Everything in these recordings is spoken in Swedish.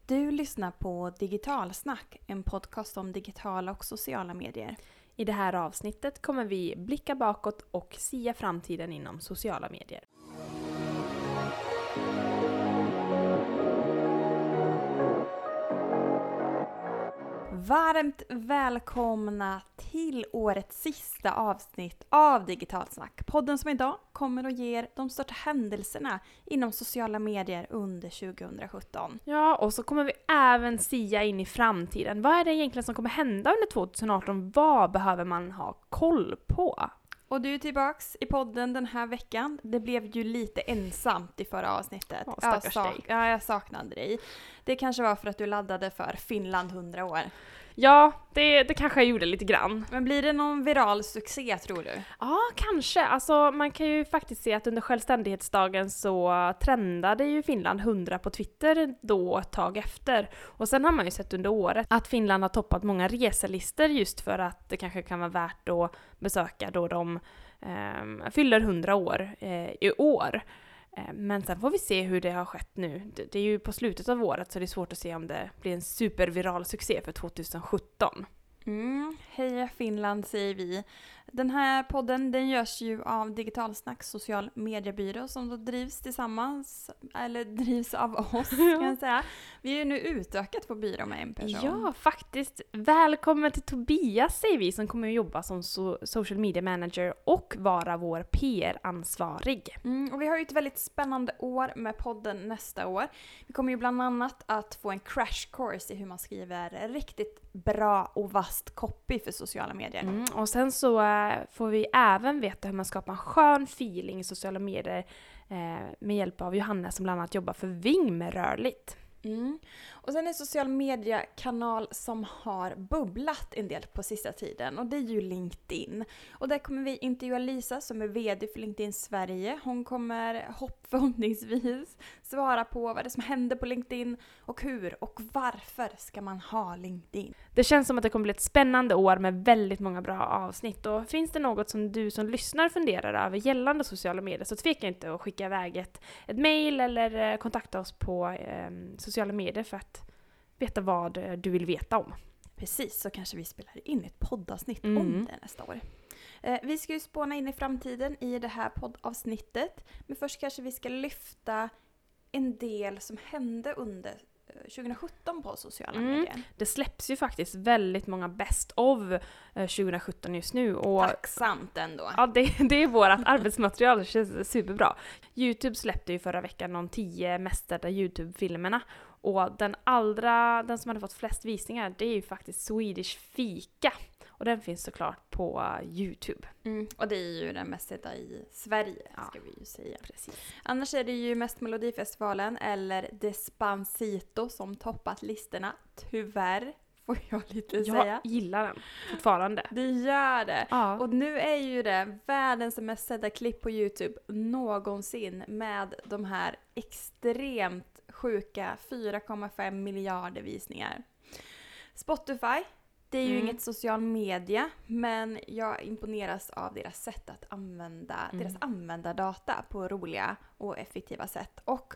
Du lyssnar på Digitalsnack, en podcast om digitala och sociala medier. I det här avsnittet kommer vi blicka bakåt och sia framtiden inom sociala medier. Varmt välkomna till årets sista avsnitt av Digitalsnack. Podden som idag kommer att ge de största händelserna inom sociala medier under 2017. Ja, och så kommer vi även sia in i framtiden. Vad är det egentligen som kommer hända under 2018? Vad behöver man ha koll på? Och du är tillbaks i podden den här veckan. Det blev ju lite ensamt i förra avsnittet. Ja, stackars dig. Jag saknade dig. Det kanske var för att du laddade för Finland 100 år. Ja, det kanske jag gjorde lite grann. Men blir det någon viral succé, tror du? Ja, kanske. Alltså, man kan ju faktiskt se att under självständighetsdagen så trendade ju Finland 100 på Twitter då ett tag efter. Och sen har man ju sett under året att Finland har toppat många reselister just för att det kanske kan vara värt att besöka då de fyller 100 år i år. Men sen får vi se hur det har skett nu. Det är ju på slutet av året så det är svårt att se om det blir en superviral succé för 2017. Heja Finland, säger vi. Den här podden den görs ju av Digitalsnack social mediebyrå som då drivs av oss kan jag säga. Vi är ju nu utökat på byrå med en person. Ja, faktiskt. Välkommen till Tobias, säger vi, som kommer att jobba som social media manager och vara vår PR-ansvarig. Och vi har ju ett väldigt spännande år med podden nästa år. Vi kommer ju bland annat att få en crash course i hur man skriver riktigt bra och vast copy för sociala medier. Och sen så får vi även veta hur man skapar en skön feeling i sociala medier med hjälp av Johanna som bland annat jobbar för Ving med rörligt. Och sen är social media-kanal som har bubblat en del på sista tiden och det är ju LinkedIn. Och där kommer vi intervjua Lisa som är vd för LinkedIn Sverige. Hon kommer förhoppningsvis svara på vad det är som händer på LinkedIn och hur och varför ska man ha LinkedIn. Det känns som att det kommer bli ett spännande år med väldigt många bra avsnitt. Och finns det något som du som lyssnar funderar över gällande sociala medier så tveka inte att skicka iväg ett mejl eller kontakta oss på sociala medier för att veta vad du vill veta om. Precis, så kanske vi spelar in ett poddavsnitt om det nästa år. Vi ska ju spåna in i framtiden i det här poddavsnittet. Men först kanske vi ska lyfta en del som hände under 2017 på sociala medier. Det släpps ju faktiskt väldigt många best of 2017 just nu. Och tacksamt ändå. Ja, det är vårt arbetsmaterial, det känns superbra. YouTube släppte ju förra veckan de 10 mästade YouTube-filmerna. Och den som hade fått flest visningar, det är ju faktiskt Swedish Fika. Och den finns såklart på YouTube. Och det är ju den mest sedda i Sverige, ska vi ju säga. Precis. Annars är det ju mest Melodifestivalen eller Despacito som toppat listorna. Tyvärr, får jag lite säga. Jag gillar den fortfarande. Det gör det. Ja. Och nu är ju det världens mest sedda klipp på YouTube någonsin med de här extremt sjuka 4,5 miljarder visningar. Spotify, det är ju inget social media, men jag imponeras av deras sätt att använda deras användardata på roliga och effektiva sätt. Och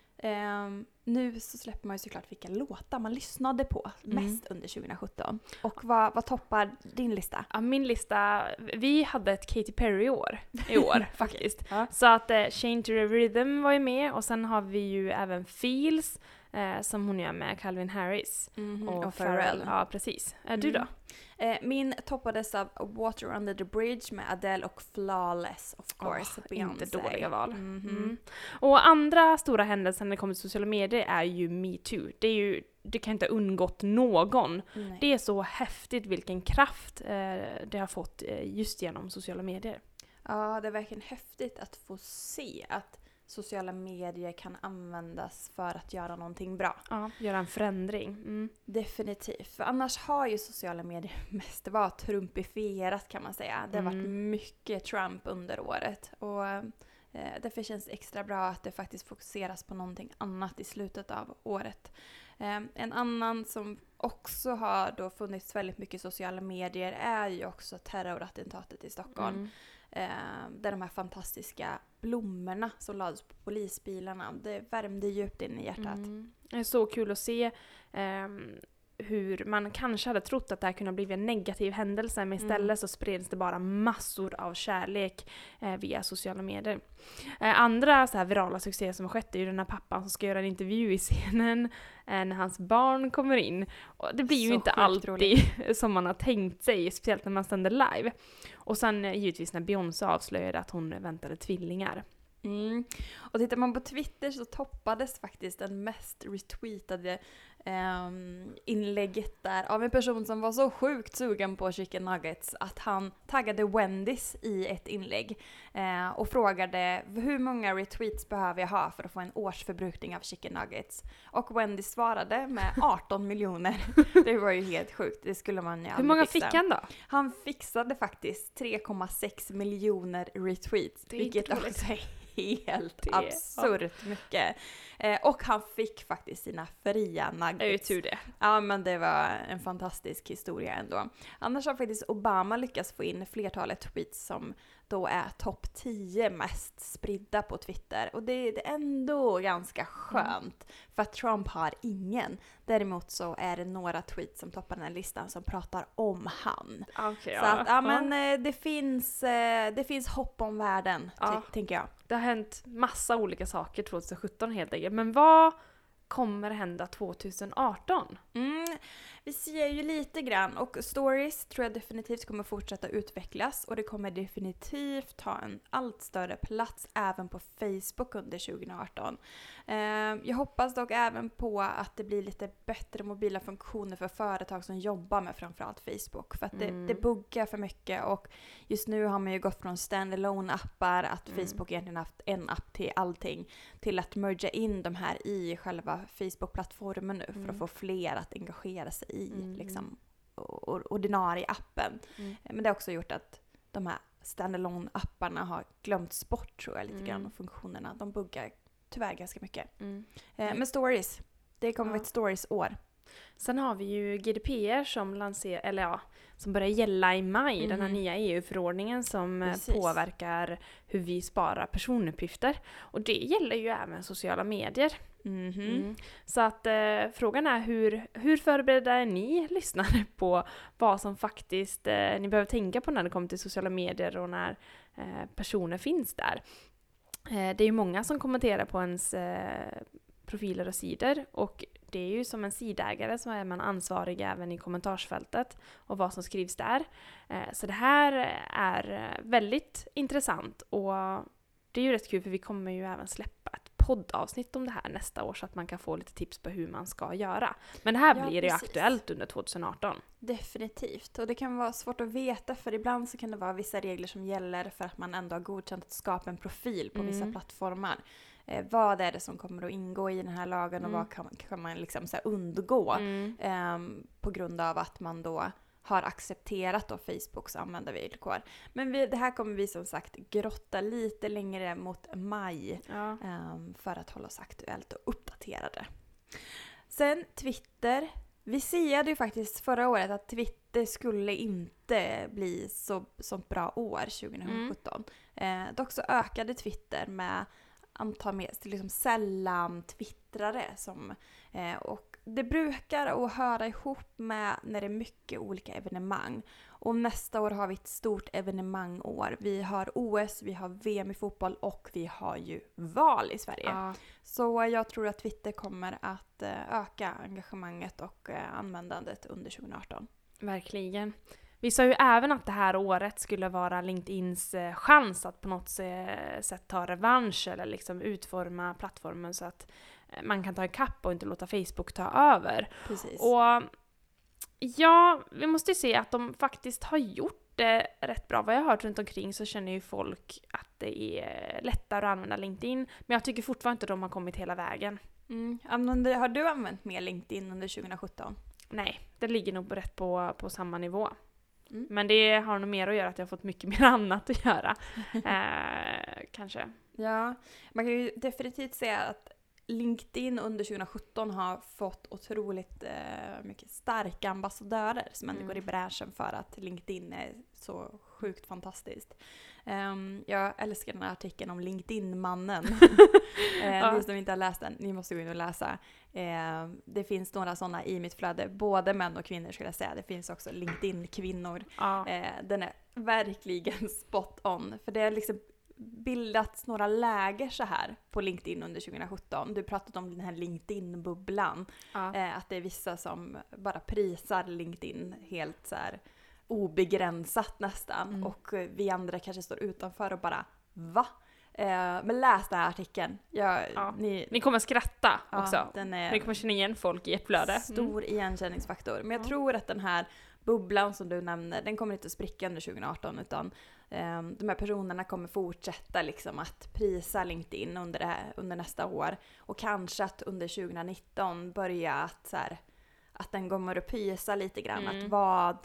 nu så släpper man ju såklart vilka låtar man lyssnade på mest under 2017. Och vad toppar din lista? Ja, min lista, vi hade ett Katy Perry i år faktiskt. Okay. Ja. Så att Change to the Rhythm var ju med och sen har vi ju även Feels som hon gör med Calvin Harris och Pharrell. Ja, precis. Du då? Min toppades av Water Under the Bridge med Adele och Flawless, of course. Inte dåliga val. Och andra stora händelser när det kommer till sociala medier är ju Me Too. Det kan inte ha undgått någon. Nej. Det är så häftigt vilken kraft det har fått just genom sociala medier. Ja, det är verkligen häftigt att få se att sociala medier kan användas för att göra någonting bra. Ja, göra en förändring. Definitivt. För annars har ju sociala medier mest varit trumpifierat kan man säga. Det har varit mycket Trump under året. Och därför känns det extra bra att det faktiskt fokuseras på någonting annat i slutet av året. En annan som också har då funnits väldigt mycket sociala medier är ju också terrorattentatet i Stockholm. Där de här fantastiska blommorna som lades på polisbilarna. Det värmde djupt in i hjärtat. Det är så kul att se hur man kanske hade trott att det här kunde bli en negativ händelse, men istället så spreds det bara massor av kärlek via sociala medier. Andra så här virala succéer som har skett är ju den här pappan som ska göra en intervju i scenen när hans barn kommer in. Och det blir ju inte alltid som man har tänkt sig, speciellt när man sänder live. Och sen givetvis när Beyoncé avslöjade att hon väntade tvillingar. Och tittar man på Twitter så toppades faktiskt den mest retweetade inlägget där av en person som var så sjukt sugen på chicken nuggets att han taggade Wendy's i ett inlägg och frågade hur många retweets behöver jag ha för att få en årsförbrukning av chicken nuggets. Och Wendy svarade med 18 miljoner. Det var ju helt sjukt, det skulle man ju aldrig. Hur många fixa. fick han då? Han fixade faktiskt 3,6 miljoner retweets, vilket också är helt absurt mycket. Och han fick faktiskt sina fria nuggets. Det är ju tur det. Ja, men det var en fantastisk historia ändå. Annars har faktiskt Obama lyckats få in flertalet tweets som då är topp 10 mest spridda på Twitter. Och det är ändå ganska skönt, för att Trump har ingen. Däremot så är det några tweets som toppar den här listan som pratar om han. Okay, så att, men det finns hopp om världen, tänker jag. Det har hänt massa olika saker 2017 helt enkelt. Men vad kommer hända 2018? Vi ser ju lite grann, och stories tror jag definitivt kommer fortsätta utvecklas, och det kommer definitivt ta en allt större plats även på Facebook under 2018. Jag hoppas dock även på att det blir lite bättre mobila funktioner för företag som jobbar med framförallt Facebook, för att det buggar för mycket, och just nu har man ju gått från standalone-appar, att Facebook egentligen haft en app till allting, till att merga in de här i själva Facebook-plattformen nu för att få fler att engagera sig i liksom, ordinarie appen. Men det har också gjort att de här standalone-apparna har glömts bort, tror jag, lite grann, och funktionerna. De buggar tyvärr ganska mycket. Men stories, det kommer ett stories-år. Sen har vi ju GDPR som börjar gälla i maj, den här nya EU-förordningen som påverkar hur vi sparar personuppgifter. Och det gäller ju även sociala medier. Så att frågan är hur förberedda är ni lyssnare på vad som faktiskt ni behöver tänka på när det kommer till sociala medier och när personer finns där. Det är ju många som kommenterar på ens profiler och sidor, och det är ju som en sidägare så är man ansvarig även i kommentarsfältet och vad som skrivs där. Så det här är väldigt intressant, och det är ju rätt kul för vi kommer ju även släppa ett poddavsnitt om det här nästa år så att man kan få lite tips på hur man ska göra. Men det här blir ju aktuellt under 2018. Definitivt, och det kan vara svårt att veta, för ibland så kan det vara vissa regler som gäller för att man ändå har godkänt att skapa en profil på vissa plattformar. Vad är det som kommer att ingå i den här lagen och vad kan man liksom så här undgå på grund av att man då har accepterat då Facebooks användarvillkor. Men det här kommer vi som sagt grotta lite längre mot maj för att hålla oss aktuellt och uppdaterade. Sen Twitter. Vi siade ju faktiskt förra året att Twitter skulle inte bli så bra år 2017. Dock så ökade Twitter med antal med liksom sällan twittrare och det brukar att höra ihop med när det är mycket olika evenemang. Och nästa år har vi ett stort evenemangår. Vi har OS, vi har VM i fotboll och vi har ju val i Sverige. Ja. Så jag tror att Twitter kommer att öka engagemanget och användandet under 2018. Verkligen. Vi sa ju även att det här året skulle vara LinkedIns chans att på något sätt ta revansch eller liksom utforma plattformen så att man kan ta en kapp och inte låta Facebook ta över. Precis. Och ja, vi måste ju se att de faktiskt har gjort det rätt bra. Vad jag har hört runt omkring så känner ju folk att det är lättare att använda LinkedIn. Men jag tycker fortfarande inte att de har kommit hela vägen. Har du använt mer LinkedIn under 2017? Nej, det ligger nog rätt på samma nivå. Men det har nog mer att göra att jag har fått mycket mer annat att göra. Kanske. Ja, man kan ju definitivt säga att LinkedIn under 2017 har fått otroligt mycket starka ambassadörer som ändå går i bräschen för att LinkedIn är så sjukt fantastiskt. Jag älskar den här artikeln om LinkedIn-mannen. Ni som inte har läst den, ni måste gå in och läsa. Det finns några sådana i mitt flöde, både män och kvinnor skulle jag säga. Det finns också LinkedIn-kvinnor. Den är verkligen spot on. För det är liksom bildats några läger så här på LinkedIn under 2017. Du pratade om den här LinkedIn-bubblan. Att det är vissa som bara prisar LinkedIn helt så här obegränsat nästan. Och vi andra kanske står utanför och bara, va? Men läs den här artikeln. Ni kommer skratta också. Ni kommer känna igen folk i ett flöde. Stor igenkänningsfaktor. Men jag tror att den här bubblan som du nämner, den kommer inte att spricka under 2018, utan de här personerna kommer fortsätta liksom att prisa LinkedIn under nästa år. Och kanske att under 2019 börja att den kommer att prisa lite grann. Att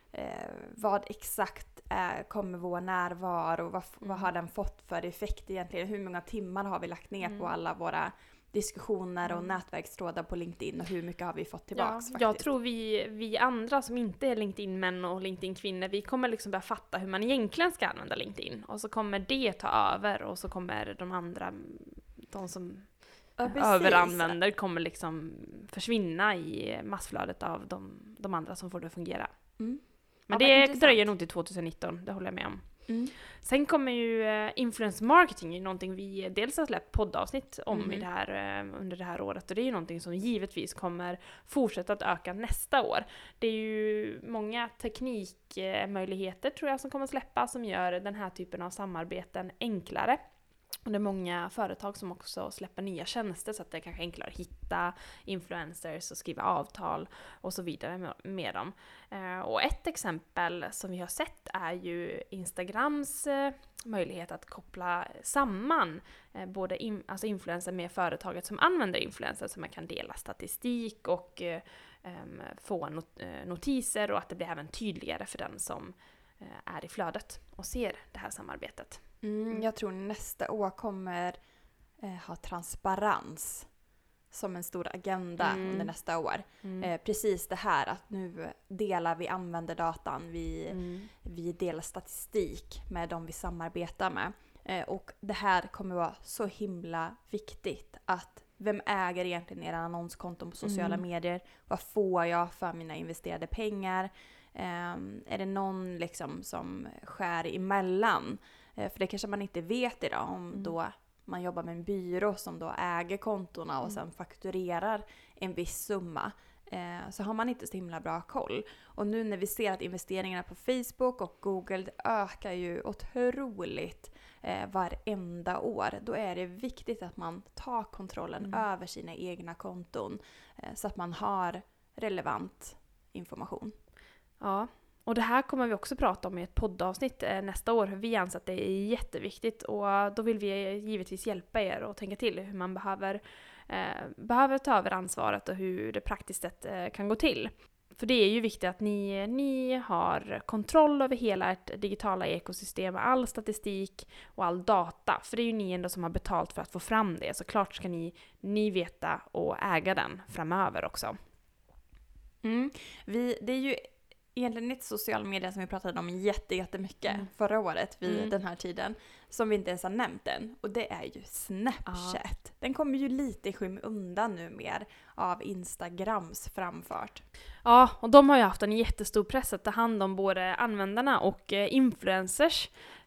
vad exakt kommer vår närvaro och vad har den fått för effekt egentligen? Hur många timmar har vi lagt ner på alla våra diskussioner och nätverkstrådar på LinkedIn och hur mycket har vi fått tillbaks faktiskt? Jag tror vi andra som inte är LinkedIn-män och LinkedIn-kvinnor, vi kommer liksom börja fatta hur man egentligen ska använda LinkedIn. Och så kommer det ta över och så kommer de andra, de som överanvänder, kommer liksom försvinna i massflödet av de andra som får det att fungera. Men det dröjer nog till 2019, det håller jag med om. Sen kommer ju influencer marketing, någonting vi dels har släppt poddavsnitt om under det här året. Och det är ju någonting som givetvis kommer fortsätta att öka nästa år. Det är ju många teknikmöjligheter tror jag som kommer släppa som gör den här typen av samarbeten enklare. Och det är många företag som också släpper nya tjänster så att det är kanske enklare att hitta influencers och skriva avtal och så vidare med dem. Och ett exempel som vi har sett är ju Instagrams möjlighet att koppla samman både influencer med företaget som använder influencer, så man kan dela statistik och få notiser, och att det blir även tydligare för den som är i flödet och ser det här samarbetet. Jag tror nästa år kommer ha transparens som en stor agenda under nästa år. Precis det här att nu delar vi användardatan, vi delar statistik med de vi samarbetar med. Och det här kommer vara så himla viktigt, att vem äger egentligen era annonskonton på sociala medier? Vad får jag för mina investerade pengar? Är det någon liksom som skär emellan? För det kanske man inte vet idag om då man jobbar med en byrå som då äger kontona och sen fakturerar en viss summa. Så har man inte så himla bra koll. Och nu när vi ser att investeringarna på Facebook och Google ökar ju otroligt varenda år, då är det viktigt att man tar kontrollen över sina egna konton så att man har relevant information. Ja, och det här kommer vi också prata om i ett poddavsnitt nästa år. Vi anser att det är jätteviktigt, och då vill vi givetvis hjälpa er och tänka till hur man behöver ta över ansvaret och hur det praktiskt sett kan gå till. För det är ju viktigt att ni har kontroll över hela ert digitala ekosystem, all statistik och all data. För det är ju ni ändå som har betalt för att få fram det. Så klart ska ni veta och äga den framöver också. Det är ju egentligen ett social media som vi pratade om jättemycket förra året vid den här tiden, som vi inte ens har nämnt än. Och det är ju Snapchat. Den kommer ju lite i skymundan nu mer av Instagrams framfart. Ja, och de har ju haft en jättestor press att ta hand om både användarna och influencers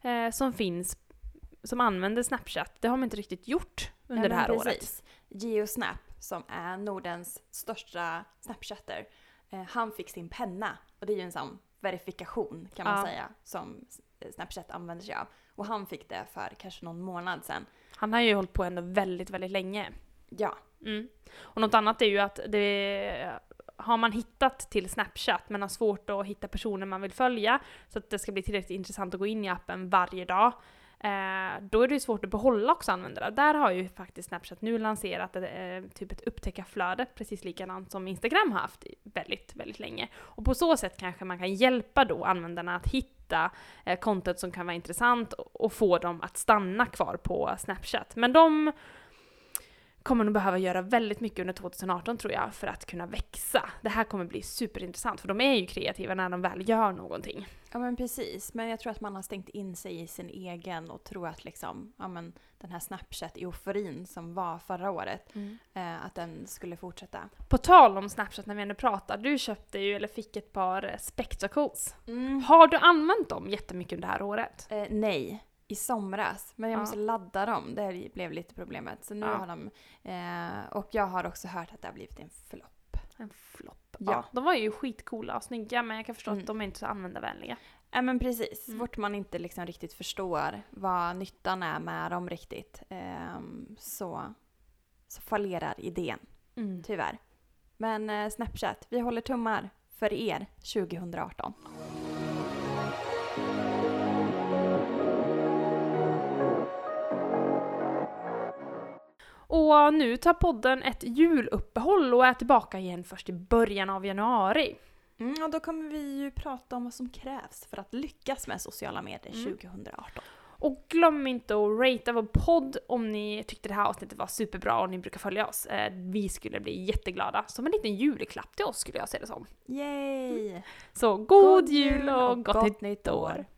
som använder Snapchat. Det har man inte riktigt gjort under det här året. Geosnap, som är Nordens största Snapchatter, han fick sin penna. Och det är ju en sån verifikation kan man säga som Snapchat använder sig av. Och han fick det för kanske någon månad sedan. Han har ju hållit på ändå väldigt, väldigt länge. Ja. Och något annat är ju att har man hittat till Snapchat men har svårt att hitta personer man vill följa så att det ska bli tillräckligt intressant att gå in i appen varje dag, då är det ju svårt att behålla också användare. Där har ju faktiskt Snapchat nu lanserat typ ett upptäckarflöde, precis likadant som Instagram har haft väldigt, väldigt länge. Och på så sätt kanske man kan hjälpa då användarna att hitta content som kan vara intressant och få dem att stanna kvar på Snapchat. Men kommer nog behöva göra väldigt mycket under 2018 tror jag för att kunna växa. Det här kommer bli superintressant för de är ju kreativa när de väl gör någonting. Ja men precis, men jag tror att man har stängt in sig i sin egen och tror att liksom, ja men den här Snapchat-euforin som var förra året, att den skulle fortsätta. På tal om Snapchat när vi ändå pratar, du köpte ju eller fick ett par spectacles. Mm. Har du använt dem jättemycket under det här året? Nej, i somras. Men jag måste ladda dem, det blev lite problemet. Så nu har de, och jag har också hört att det har blivit en flopp. En flopp. Ja. Ja, de var ju skitcoola och snygga men jag kan förstå att de är inte så användarvänliga. Ja men precis, så fort man inte liksom riktigt förstår vad nyttan är med dem riktigt så fallerar idén, tyvärr. Men Snapchat, vi håller tummar för er 2018. Och nu tar podden ett juluppehåll och är tillbaka igen först i början av januari. Och då kommer vi ju prata om vad som krävs för att lyckas med sociala medier 2018. Och glöm inte att ratea vår podd om ni tyckte det här avsnittet var superbra och ni brukar följa oss. Vi skulle bli jätteglada. Som en liten julklapp till oss skulle jag säga det som. Yay! Så god jul och gott nytt år!